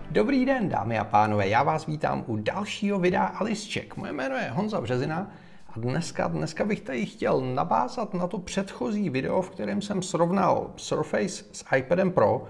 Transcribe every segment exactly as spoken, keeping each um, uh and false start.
Dobrý den, dámy a pánové, já vás vítám u dalšího videa Alice Check. Moje jméno je Honza Březina a dneska, dneska bych tady chtěl navázat na to předchozí video, v kterém jsem srovnal Surface s iPadem Pro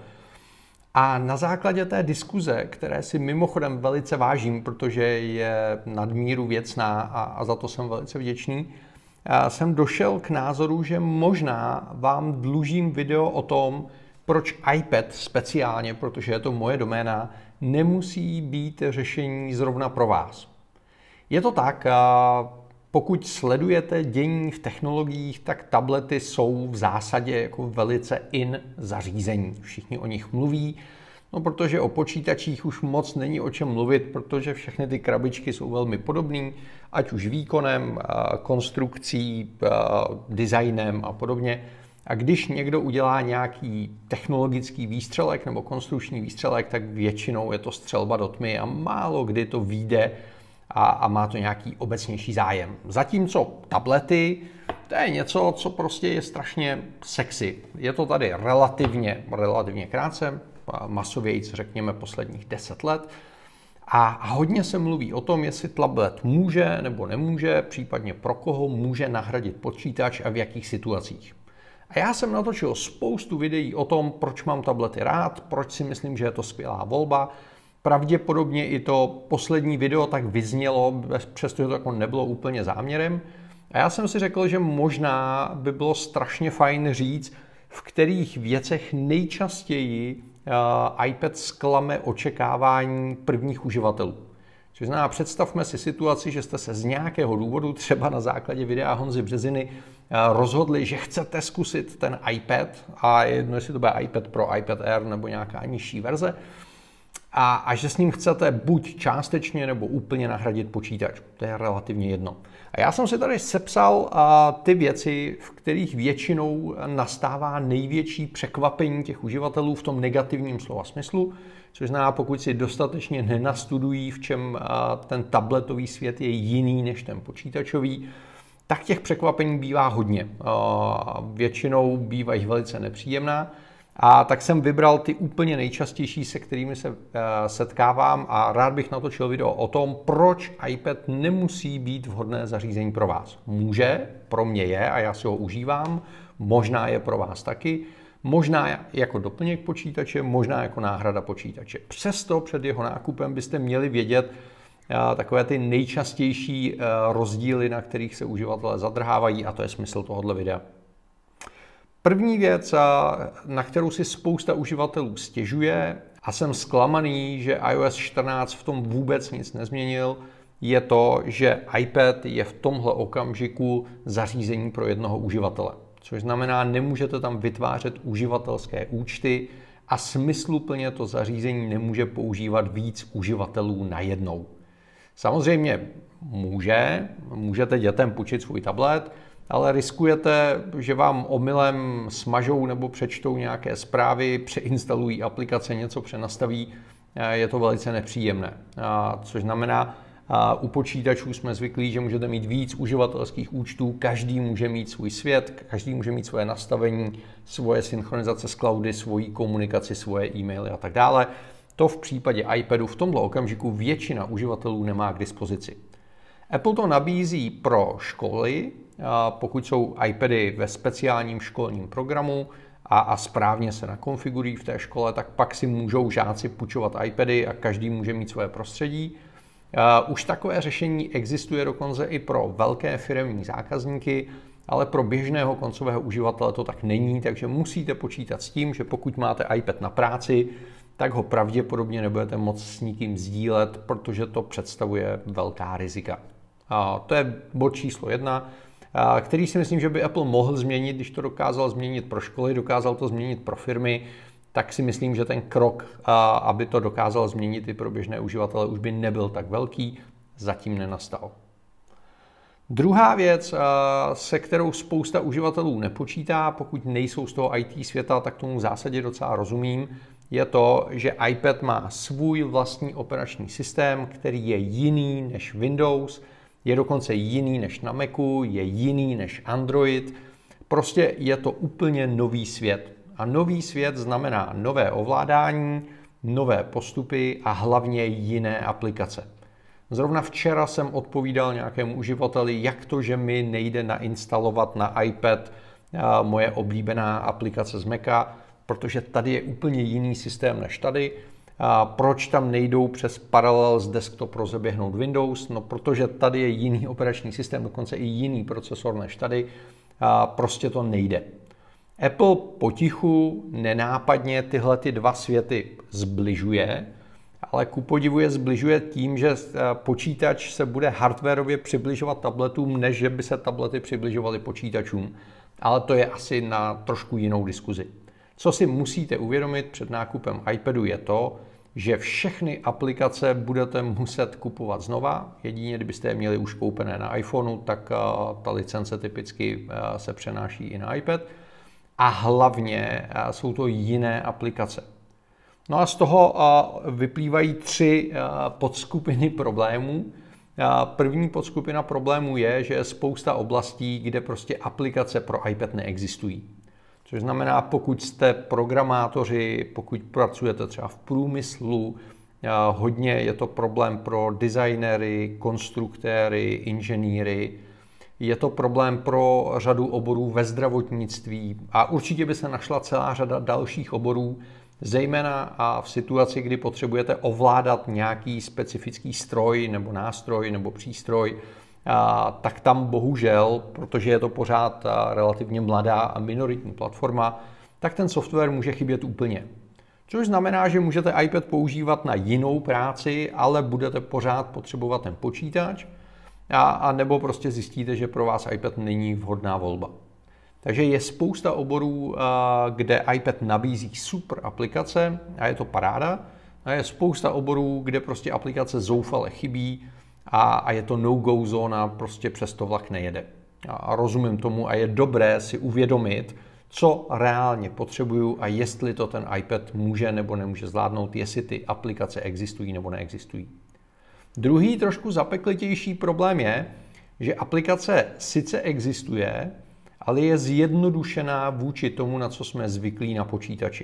a na základě té diskuze, které si mimochodem velice vážím, protože je nadmíru věcná a, a za to jsem velice vděčný, jsem došel k názoru, že možná vám dlužím video o tom, proč iPad speciálně, protože je to moje doména, nemusí být řešení zrovna pro vás. Je to tak, pokud sledujete dění v technologiích, tak tablety jsou v zásadě jako velice in zařízení. Všichni o nich mluví, no protože o počítačích už moc není o čem mluvit, protože všechny ty krabičky jsou velmi podobné, ať už výkonem, konstrukcí, designem a podobně. A když někdo udělá nějaký technologický výstřelek nebo konstrukční výstřelek, tak většinou je to střelba do tmy a málo kdy to vyjde a, a má to nějaký obecnější zájem. Zatímco tablety, to je něco, co prostě je strašně sexy. Je to tady relativně, relativně krátce, masovějc řekněme posledních deset let. A hodně se mluví o tom, jestli tablet může nebo nemůže, případně pro koho může nahradit počítač a v jakých situacích. A já jsem natočil spoustu videí o tom, proč mám tablety rád, proč si myslím, že je to skvělá volba. Pravděpodobně i to poslední video tak vyznělo, přestože to jako nebylo úplně záměrem. A já jsem si řekl, že možná by bylo strašně fajn říct, v kterých věcech nejčastěji uh, iPad zklame očekávání prvních uživatelů. Což znamená, představme si situaci, že jste se z nějakého důvodu, třeba na základě videa Honzy Březiny, rozhodli, že chcete zkusit ten iPad, a jedno, jestli to bude iPad Pro, iPad Air nebo nějaká nižší verze, a, a že s ním chcete buď částečně nebo úplně nahradit počítač. To je relativně jedno. A já jsem si tady sepsal a, ty věci, v kterých většinou nastává největší překvapení těch uživatelů v tom negativním slova smyslu, což znamená, pokud si dostatečně nenastudují, v čem a, ten tabletový svět je jiný než ten počítačový, tak těch překvapení bývá hodně. Většinou bývají velice nepříjemná. A tak jsem vybral ty úplně nejčastější, se kterými se setkávám a rád bych natočil video o tom, proč iPad nemusí být vhodné zařízení pro vás. Může, pro mě je a já si ho užívám, možná je pro vás taky, možná jako doplněk počítače, možná jako náhrada počítače. Přesto před jeho nákupem byste měli vědět, takové ty nejčastější rozdíly, na kterých se uživatelé zadrhávají, a to je smysl tohoto videa. První věc, na kterou si spousta uživatelů stěžuje, a jsem zklamaný, že iOS čtrnáct v tom vůbec nic nezměnil, je to, že iPad je v tomhle okamžiku zařízení pro jednoho uživatele. Což znamená, nemůžete tam vytvářet uživatelské účty a smysluplně to zařízení nemůže používat víc uživatelů najednou. Samozřejmě může, můžete dětem půjčit svůj tablet, ale riskujete, že vám omylem smažou nebo přečtou nějaké zprávy, přeinstalují aplikace, něco přenastaví, je to velice nepříjemné. Což znamená, u počítačů jsme zvyklí, že můžete mít víc uživatelských účtů, každý může mít svůj svět, každý může mít svoje nastavení, svoje synchronizace s cloudy, svoji komunikaci, svoje e-maily a tak dále. To v případě iPadu v tomto okamžiku většina uživatelů nemá k dispozici. Apple to nabízí pro školy, pokud jsou iPady ve speciálním školním programu a, a správně se nakonfigurují v té škole, tak pak si můžou žáci půjčovat iPady a každý může mít svoje prostředí. Už takové řešení existuje dokonce i pro velké firemní zákazníky, ale pro běžného koncového uživatele to tak není, takže musíte počítat s tím, že pokud máte iPad na práci, tak ho pravděpodobně nebudete moct s nikým sdílet, protože to představuje velká rizika. A to je bod číslo jedna, který si myslím, že by Apple mohl změnit, když to dokázal změnit pro školy, dokázal to změnit pro firmy, tak si myslím, že ten krok, aby to dokázal změnit i pro běžné uživatele, už by nebyl tak velký, zatím nenastal. Druhá věc, se kterou spousta uživatelů nepočítá, pokud nejsou z toho í té světa, tak tomu v zásadě docela rozumím, je to, že iPad má svůj vlastní operační systém, který je jiný než Windows, je dokonce jiný než na Macu, je jiný než Android. Prostě je to úplně nový svět. A nový svět znamená nové ovládání, nové postupy a hlavně jiné aplikace. Zrovna včera jsem odpovídal nějakému uživateli, jak to, že mi nejde nainstalovat na iPad moje oblíbená aplikace z Maca, protože tady je úplně jiný systém než tady. A proč tam nejdou přes Parallels desktop rozeběhnout Windows? No, protože tady je jiný operační systém, dokonce i jiný procesor než tady. A prostě to nejde. Apple potichu, nenápadně tyhle ty dva světy zbližuje, ale ku podivu je zbližuje tím, že počítač se bude hardwarově přibližovat tabletům, než že by se tablety přibližovaly počítačům. Ale to je asi na trošku jinou diskuzi. Co si musíte uvědomit před nákupem iPadu je to, že všechny aplikace budete muset kupovat znova. Jedině, kdybyste je měli už koupené na iPhoneu, tak ta licence typicky se přenáší i na iPad. A hlavně jsou to jiné aplikace. No a z toho vyplývají tři podskupiny problémů. První podskupina problémů je, že je spousta oblastí, kde prostě aplikace pro iPad neexistují. Což znamená, pokud jste programátoři, pokud pracujete třeba v průmyslu, hodně je to problém pro designéry, konstruktéry, inženýry, je to problém pro řadu oborů ve zdravotnictví a určitě by se našla celá řada dalších oborů, zejména a v situaci, kdy potřebujete ovládat nějaký specifický stroj nebo nástroj nebo přístroj, a, tak tam bohužel, protože je to pořád relativně mladá a minoritní platforma, tak ten software může chybět úplně. Což znamená, že můžete iPad používat na jinou práci, ale budete pořád potřebovat ten počítač, a, a nebo prostě zjistíte, že pro vás iPad není vhodná volba. Takže je spousta oborů, kde iPad nabízí super aplikace a je to paráda. A je spousta oborů, kde prostě aplikace zoufale chybí a, a je to no-go zóna, prostě přes to vlak nejede. A rozumím tomu a je dobré si uvědomit, co reálně potřebuju a jestli to ten iPad může nebo nemůže zvládnout, jestli ty aplikace existují nebo neexistují. Druhý trošku zapeklitější problém je, že aplikace sice existuje, ale je zjednodušená vůči tomu, na co jsme zvyklí na počítači.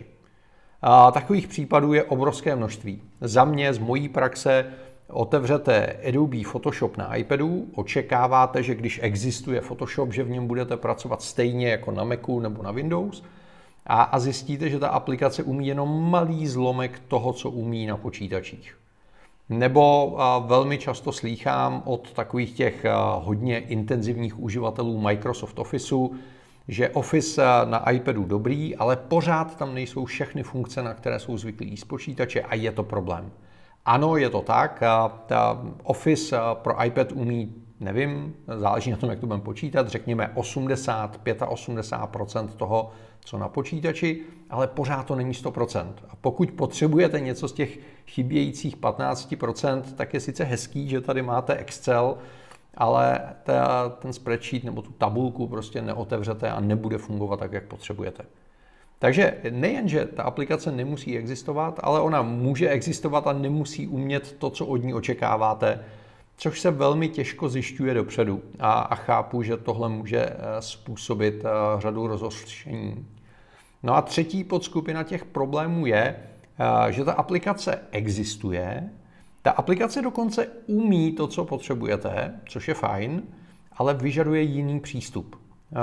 A takových případů je obrovské množství. Za mě, z mojí praxe, otevřete Adobe Photoshop na iPadu, očekáváte, že když existuje Photoshop, že v něm budete pracovat stejně jako na Macu nebo na Windows a, a zjistíte, že ta aplikace umí jenom malý zlomek toho, co umí na počítačích. Nebo a, velmi často slýchám od takových těch a, hodně intenzivních uživatelů Microsoft Officeu, že Office na iPadu dobrý, ale pořád tam nejsou všechny funkce, na které jsou zvyklí z počítače a je to problém. Ano, je to tak, a, ta Office pro iPad umí, nevím, záleží na tom, jak to budeme počítat, řekněme osmdesát, osmdesát pět procent toho, co na počítači, ale pořád to není sto procent. A pokud potřebujete něco z těch chybějících patnáct procent, tak je sice hezký, že tady máte Excel, ale ta, ten spreadsheet nebo tu tabulku prostě neotevřete a nebude fungovat tak, jak potřebujete. Takže nejen, že ta aplikace nemusí existovat, ale ona může existovat a nemusí umět to, co od ní očekáváte, což se velmi těžko zjišťuje dopředu. A, a chápu, že tohle může způsobit řadu rozhořčení. No a třetí podskupina těch problémů je, že ta aplikace existuje, ta aplikace dokonce umí to, co potřebujete, což je fajn, ale vyžaduje jiný přístup.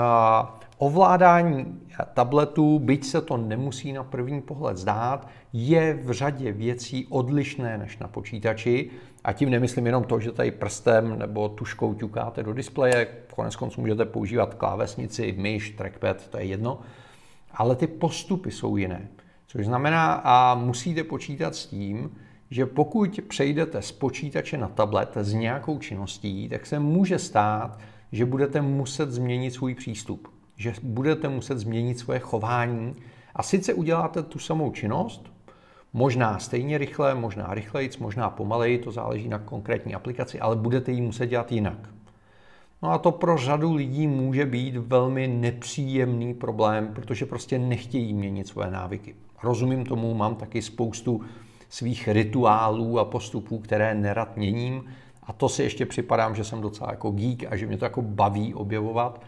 Ovládání tabletu, byť se to nemusí na první pohled zdát, je v řadě věcí odlišné než na počítači. A tím nemyslím jenom to, že tady prstem nebo tuškou ťukáte do displeje, konec konců můžete používat klávesnici, myš, trackpad, to je jedno, ale ty postupy jsou jiné. Což znamená, a musíte počítat s tím, že pokud přejdete z počítače na tablet s nějakou činností, tak se může stát, že budete muset změnit svůj přístup, že budete muset změnit svoje chování a sice uděláte tu samou činnost, možná stejně rychle, možná rychlejc, možná pomaleji, to záleží na konkrétní aplikaci, ale budete ji muset dělat jinak. No a to pro řadu lidí může být velmi nepříjemný problém, protože prostě nechtějí měnit svoje návyky. Rozumím tomu, mám taky spoustu svých rituálů a postupů, které nerad měním, a to si ještě připadám, že jsem docela jako geek a že mě to jako baví objevovat.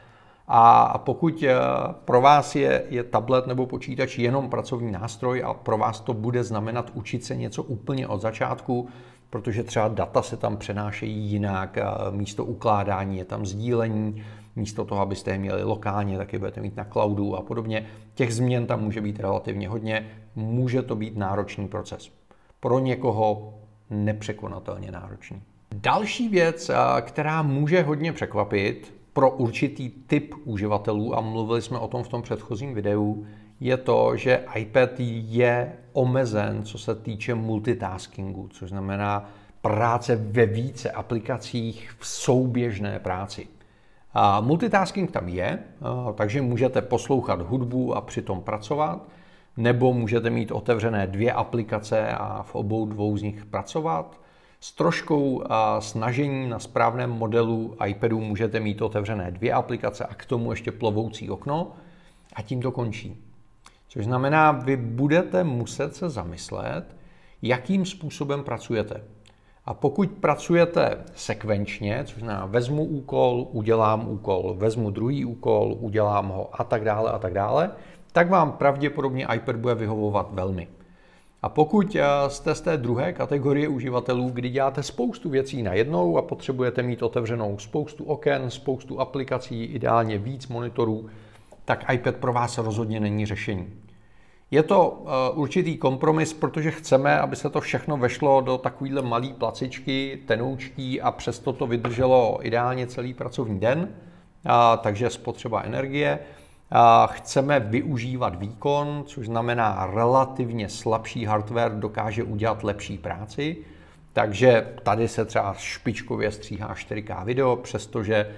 A pokud pro vás je, je tablet nebo počítač jenom pracovní nástroj a pro vás to bude znamenat učit se něco úplně od začátku, protože třeba data se tam přenášejí jinak, místo ukládání je tam sdílení, místo toho, abyste je měli lokálně, tak je budete mít na cloudu a podobně. Těch změn tam může být relativně hodně, může to být náročný proces. Pro někoho nepřekonatelně náročný. Další věc, která může hodně překvapit pro určitý typ uživatelů, a mluvili jsme o tom v tom předchozím videu, je to, že iPad je omezen, co se týče multitaskingu, což znamená práce ve více aplikacích v souběžné práci. A multitasking tam je, takže můžete poslouchat hudbu a přitom pracovat, nebo můžete mít otevřené dvě aplikace a v obou dvou z nich pracovat. S troškou snažení na správném modelu iPadu můžete mít otevřené dvě aplikace a k tomu ještě plovoucí okno a tím to končí. Což znamená, vy budete muset se zamyslet, jakým způsobem pracujete. A pokud pracujete sekvenčně, což znamená vezmu úkol, udělám úkol, vezmu druhý úkol, udělám ho a tak dále a tak dále, tak vám pravděpodobně iPad bude vyhovovat velmi. A pokud jste z té druhé kategorie uživatelů, kdy děláte spoustu věcí najednou a potřebujete mít otevřenou spoustu oken, spoustu aplikací, ideálně víc monitorů, tak iPad pro vás rozhodně není řešení. Je to určitý kompromis, protože chceme, aby se to všechno vešlo do takovýhle malý placičky, tenoučký a přesto to vydrželo ideálně celý pracovní den, takže spotřeba energie. Chceme využívat výkon, což znamená relativně slabší hardware dokáže udělat lepší práci. Takže tady se třeba špičkově stříhá čtyři ká video, přestože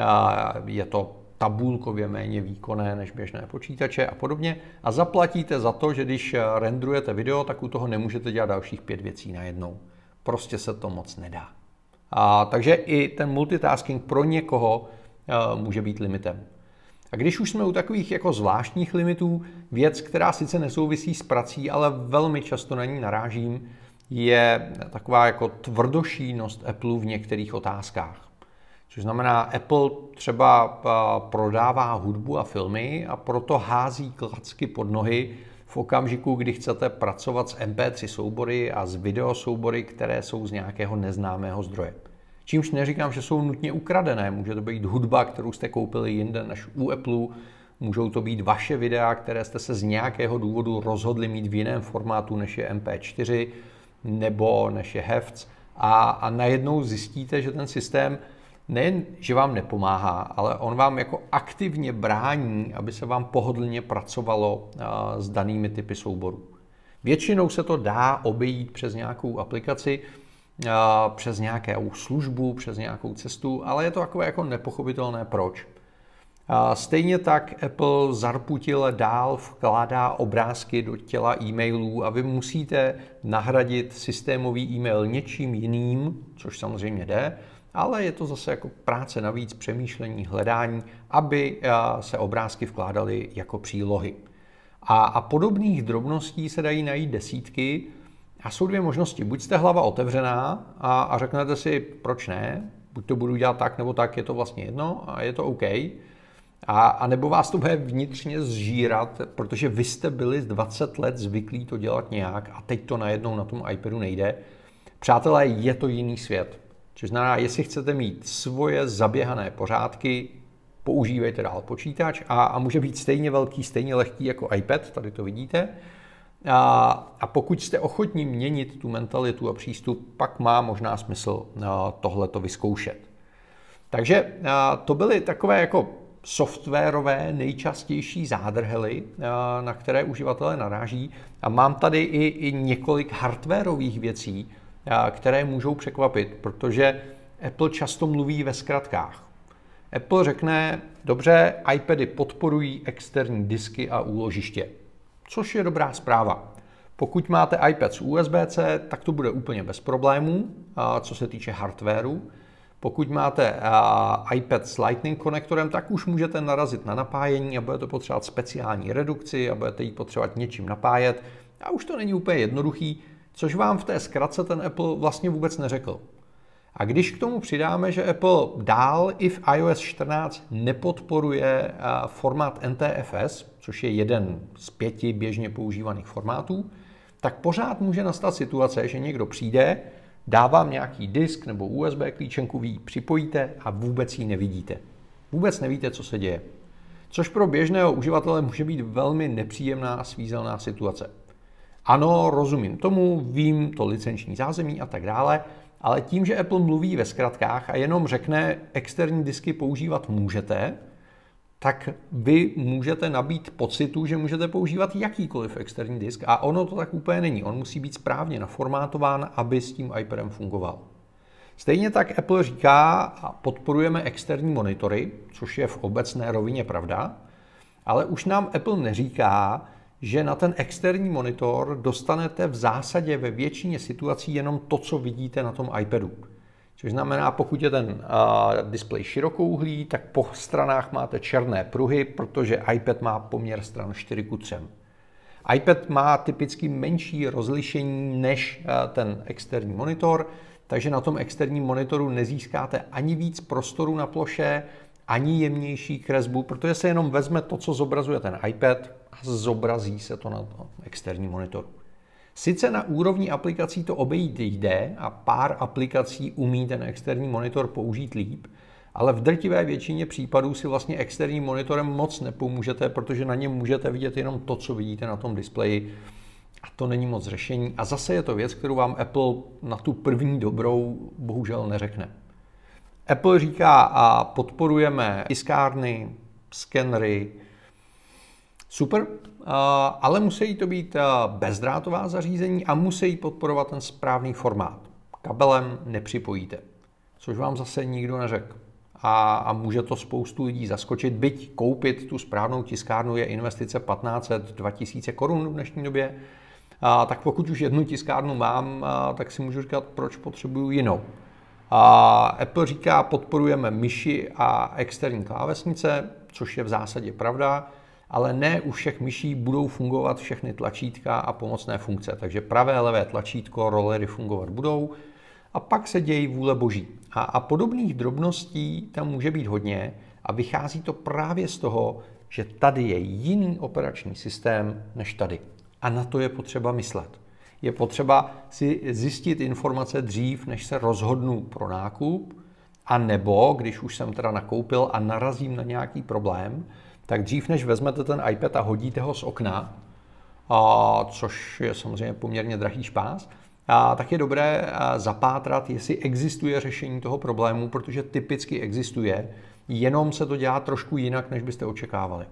je to tabulkově méně výkonné než běžné počítače a podobně. A zaplatíte za to, že když rendrujete video, tak u toho nemůžete dělat dalších pět věcí najednou. Prostě se to moc nedá. A, takže i ten multitasking pro někoho a, může být limitem. A když už jsme u takových jako zvláštních limitů, věc, která sice nesouvisí s prací, ale velmi často na ní narážím, je taková jako tvrdošíjnost Apple v některých otázkách. Což znamená, Apple třeba prodává hudbu a filmy a proto hází klacky pod nohy v okamžiku, kdy chcete pracovat s em pé tři soubory a s video soubory, které jsou z nějakého neznámého zdroje. Čímž neříkám, že jsou nutně ukradené. Může to být hudba, kterou jste koupili jinde než u Apple. Můžou to být vaše videa, které jste se z nějakého důvodu rozhodli mít v jiném formátu, než je em pé čtyři nebo než je Hefc. A, a najednou zjistíte, že ten systém nejen, že vám nepomáhá, ale on vám jako aktivně brání, aby se vám pohodlně pracovalo s danými typy souborů. Většinou se to dá obejít přes nějakou aplikaci, přes nějakou službu, přes nějakou cestu, ale je to takové jako nepochopitelné proč. Stejně tak Apple zarputile dál vkládá obrázky do těla e-mailů a vy musíte nahradit systémový e-mail něčím jiným, což samozřejmě jde, ale je to zase jako práce navíc, přemýšlení, hledání, aby se obrázky vkládaly jako přílohy. A, a podobných drobností se dají najít desítky a jsou dvě možnosti. Buď jste hlava otevřená a, a řeknete si, proč ne, buď to budu dělat tak nebo tak, je to vlastně jedno a je to OK. A, a nebo vás to bude vnitřně zžírat, protože vy jste byli z dvacet let zvyklí to dělat nějak a teď to najednou na tom iPadu nejde. Přátelé, je to jiný svět. Což znamená, jestli chcete mít svoje zaběhané pořádky, používejte dál počítač a, a může být stejně velký, stejně lehký jako iPad, tady to vidíte. A, a pokud jste ochotní měnit tu mentalitu a přístup, pak má možná smysl tohleto vyzkoušet. Takže to byly takové jako softwarové nejčastější zádrhely, na které uživatelé naráží. A mám tady i, i několik hardwarových věcí, které můžou překvapit, protože Apple často mluví ve zkratkách. Apple řekne, dobře, iPady podporují externí disky a úložiště, což je dobrá zpráva. Pokud máte iPad s U S B C, tak to bude úplně bez problémů, co se týče hardwaru. Pokud máte iPad s Lightning konektorem, tak už můžete narazit na napájení a budete potřebovat speciální redukci a budete ji potřebovat něčím napájet. A už to není úplně jednoduchý, což vám v té zkratce ten Apple vlastně vůbec neřekl. A když k tomu přidáme, že Apple dál i v i O S čtrnáct nepodporuje formát N T F S, což je jeden z pěti běžně používaných formátů, tak pořád může nastat situace, že někdo přijde, dá vám nějaký disk nebo U S B klíčenku, vy ji připojíte a vůbec ji nevidíte. Vůbec nevíte, co se děje. Což pro běžného uživatele může být velmi nepříjemná a svízelná situace. Ano, rozumím tomu, vím to licenční zázemí a tak dále, ale tím, že Apple mluví ve zkratkách a jenom řekne, externí disky používat můžete, tak vy můžete nabít pocitu, že můžete používat jakýkoliv externí disk a ono to tak úplně není. On musí být správně naformátován, aby s tím iPadem fungoval. Stejně tak Apple říká, a podporujeme externí monitory, což je v obecné rovině pravda, ale už nám Apple neříká, že na ten externí monitor dostanete v zásadě ve většině situací jenom to, co vidíte na tom iPadu. Což znamená, pokud je ten uh, displej širokouhlý, tak po stranách máte černé pruhy, protože iPad má poměr stran čtyři ku třem. iPad má typicky menší rozlišení než uh, ten externí monitor, takže na tom externím monitoru nezískáte ani víc prostoru na ploše, ani jemnější kresbu, protože se jenom vezme to, co zobrazuje ten iPad a zobrazí se to na tom externím monitoru. Sice na úrovni aplikací to obejít jde a pár aplikací umí ten externí monitor použít líp, ale v drtivé většině případů si vlastně externím monitorem moc nepomůžete, protože na něm můžete vidět jenom to, co vidíte na tom displeji a to není moc řešení. A zase je to věc, kterou vám Apple na tu první dobrou bohužel neřekne. Apple říká a podporujeme tiskárny, skenery, super, ale musí to být bezdrátová zařízení a musí podporovat ten správný formát. Kabelem nepřipojíte, což vám zase nikdo neřekl. A, a může to spoustu lidí zaskočit, byť koupit tu správnou tiskárnu je investice patnáct set, dva tisíce korun v dnešní době, a, tak pokud už jednu tiskárnu mám, a, tak si můžu říkat, proč potřebuju jinou. A Apple říká, podporujeme myši a externí klávesnice, což je v zásadě pravda, ale ne u všech myší budou fungovat všechny tlačítka a pomocné funkce. Takže pravé, levé tlačítko, rollery fungovat budou a pak se dějí vůle boží. A, a podobných drobností tam může být hodně a vychází to právě z toho, že tady je jiný operační systém než tady. A na to je potřeba myslet. Je potřeba si zjistit informace dřív, než se rozhodnu pro nákup, a nebo, když už jsem teda nakoupil a narazím na nějaký problém, tak dřív, než vezmete ten iPad a hodíte ho z okna, a, což je samozřejmě poměrně drahý špás, a, tak je dobré zapátrat, jestli existuje řešení toho problému, protože typicky existuje, jenom se to dělá trošku jinak, než byste očekávali.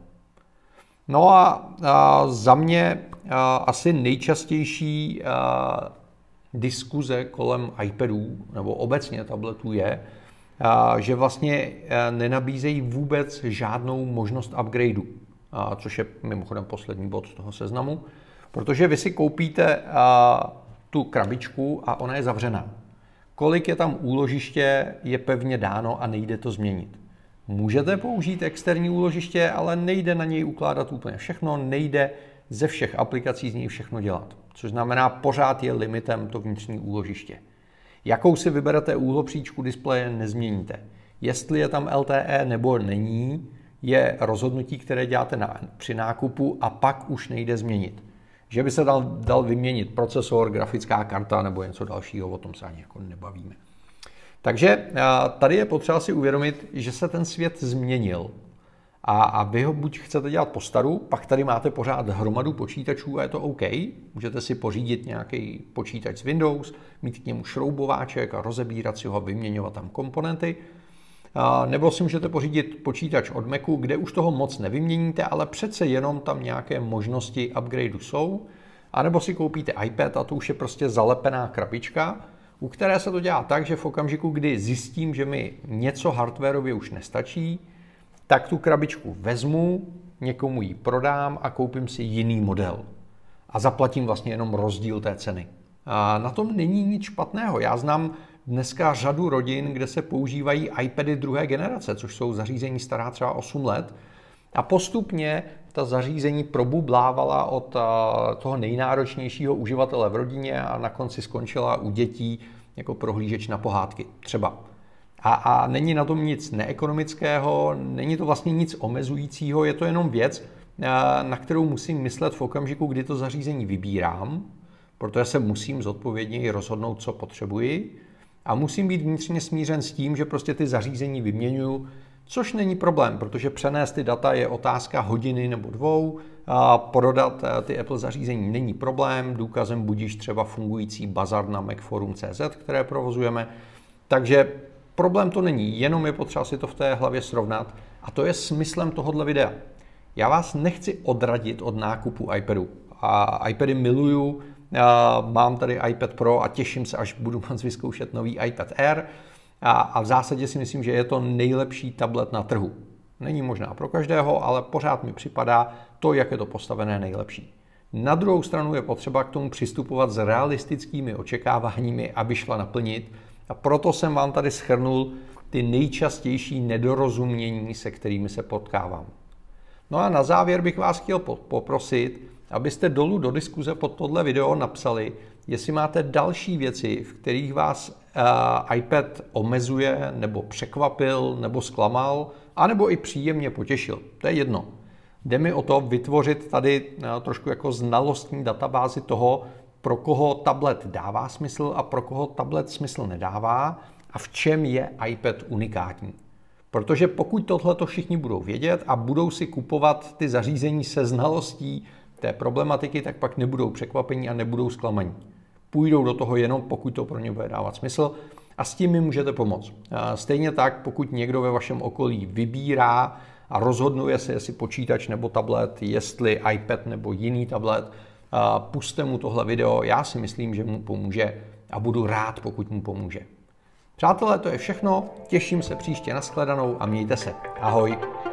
No a, a za mě a, asi nejčastější a, diskuze kolem iPadů nebo obecně tabletů je, a, že vlastně nenabízejí vůbec žádnou možnost upgradeu, a, což je mimochodem poslední bod toho seznamu, protože vy si koupíte a, tu krabičku a ona je zavřená. Kolik je tam úložiště, je pevně dáno a nejde to změnit. Můžete použít externí úložiště, ale nejde na něj ukládat úplně všechno, nejde ze všech aplikací z něj všechno dělat. Což znamená, pořád je limitem to vnitřní úložiště. Jakou si vyberete úhlopříčku displeje, nezměníte. Jestli je tam L T E nebo není, je rozhodnutí, které děláte na, při nákupu a pak už nejde změnit. Že by se dal, dal vyměnit procesor, grafická karta nebo něco dalšího, o tom se ani jako nebavíme. Takže tady je potřeba si uvědomit, že se ten svět změnil a, a vy ho buď chcete dělat po staru, pak tady máte pořád hromadu počítačů a je to OK. Můžete si pořídit nějaký počítač z Windows, mít k němu šroubováček a rozebírat si ho a vyměňovat tam komponenty. A nebo si můžete pořídit počítač od Macu, kde už toho moc nevyměníte, ale přece jenom tam nějaké možnosti upgradeu jsou. A nebo si koupíte iPad a to už je prostě zalepená krabička, u které se to dělá tak, že v okamžiku, kdy zjistím, že mi něco hardwarově už nestačí, tak tu krabičku vezmu, někomu ji prodám a koupím si jiný model. A zaplatím vlastně jenom rozdíl té ceny. A na tom není nic špatného. Já znám dneska řadu rodin, kde se používají iPady druhé generace, což jsou zařízení stará třeba osm let. A postupně ta zařízení probublávala od toho nejnáročnějšího uživatele v rodině a na konci skončila u dětí jako prohlížeč na pohádky třeba. A, a není na tom nic neekonomického, není to vlastně nic omezujícího, je to jenom věc, na kterou musím myslet v okamžiku, kdy to zařízení vybírám, protože se musím zodpovědněji rozhodnout, co potřebuji, a musím být vnitřně smířen s tím, že prostě ty zařízení vyměňuju, což není problém, protože přenést ty data je otázka hodiny nebo dvou, a prodat ty Apple zařízení není problém, důkazem budíš třeba fungující bazar na macforum tečka cé zet, které provozujeme, takže problém to není, jenom je potřeba si to v té hlavě srovnat a to je smyslem tohohle videa. Já vás nechci odradit od nákupu iPadu. A iPady miluju, a mám tady iPad Pro a těším se, až budu moct vyzkoušet nový iPad Air. A, a v zásadě si myslím, že je to nejlepší tablet na trhu. Není možná pro každého, ale pořád mi připadá to, jak je to postavené, nejlepší. Na druhou stranu je potřeba k tomu přistupovat s realistickými očekáváními, aby šla naplnit. A proto jsem vám tady shrnul ty nejčastější nedorozumění, se kterými se potkávám. No a na závěr bych vás chtěl poprosit, abyste dolů do diskuze pod tohle video napsali, jestli máte další věci, v kterých vás uh, iPad omezuje, nebo překvapil, nebo zklamal, anebo i příjemně potěšil. To je jedno. Jde mi o to vytvořit tady uh, trošku jako znalostní databázi toho, pro koho tablet dává smysl a pro koho tablet smysl nedává a v čem je iPad unikátní. Protože pokud tohleto všichni budou vědět a budou si kupovat ty zařízení se znalostí té problematiky, tak pak nebudou překvapení a nebudou zklamaní. Půjdou do toho jenom, pokud to pro ně bude dávat smysl a s tím mi můžete pomoct. Stejně tak, pokud někdo ve vašem okolí vybírá a rozhodnuje se, jestli počítač nebo tablet, jestli iPad nebo jiný tablet, pusťte mu tohle video, já si myslím, že mu pomůže a budu rád, pokud mu pomůže. Přátelé, to je všechno, těším se příště na shledanou a mějte se. Ahoj.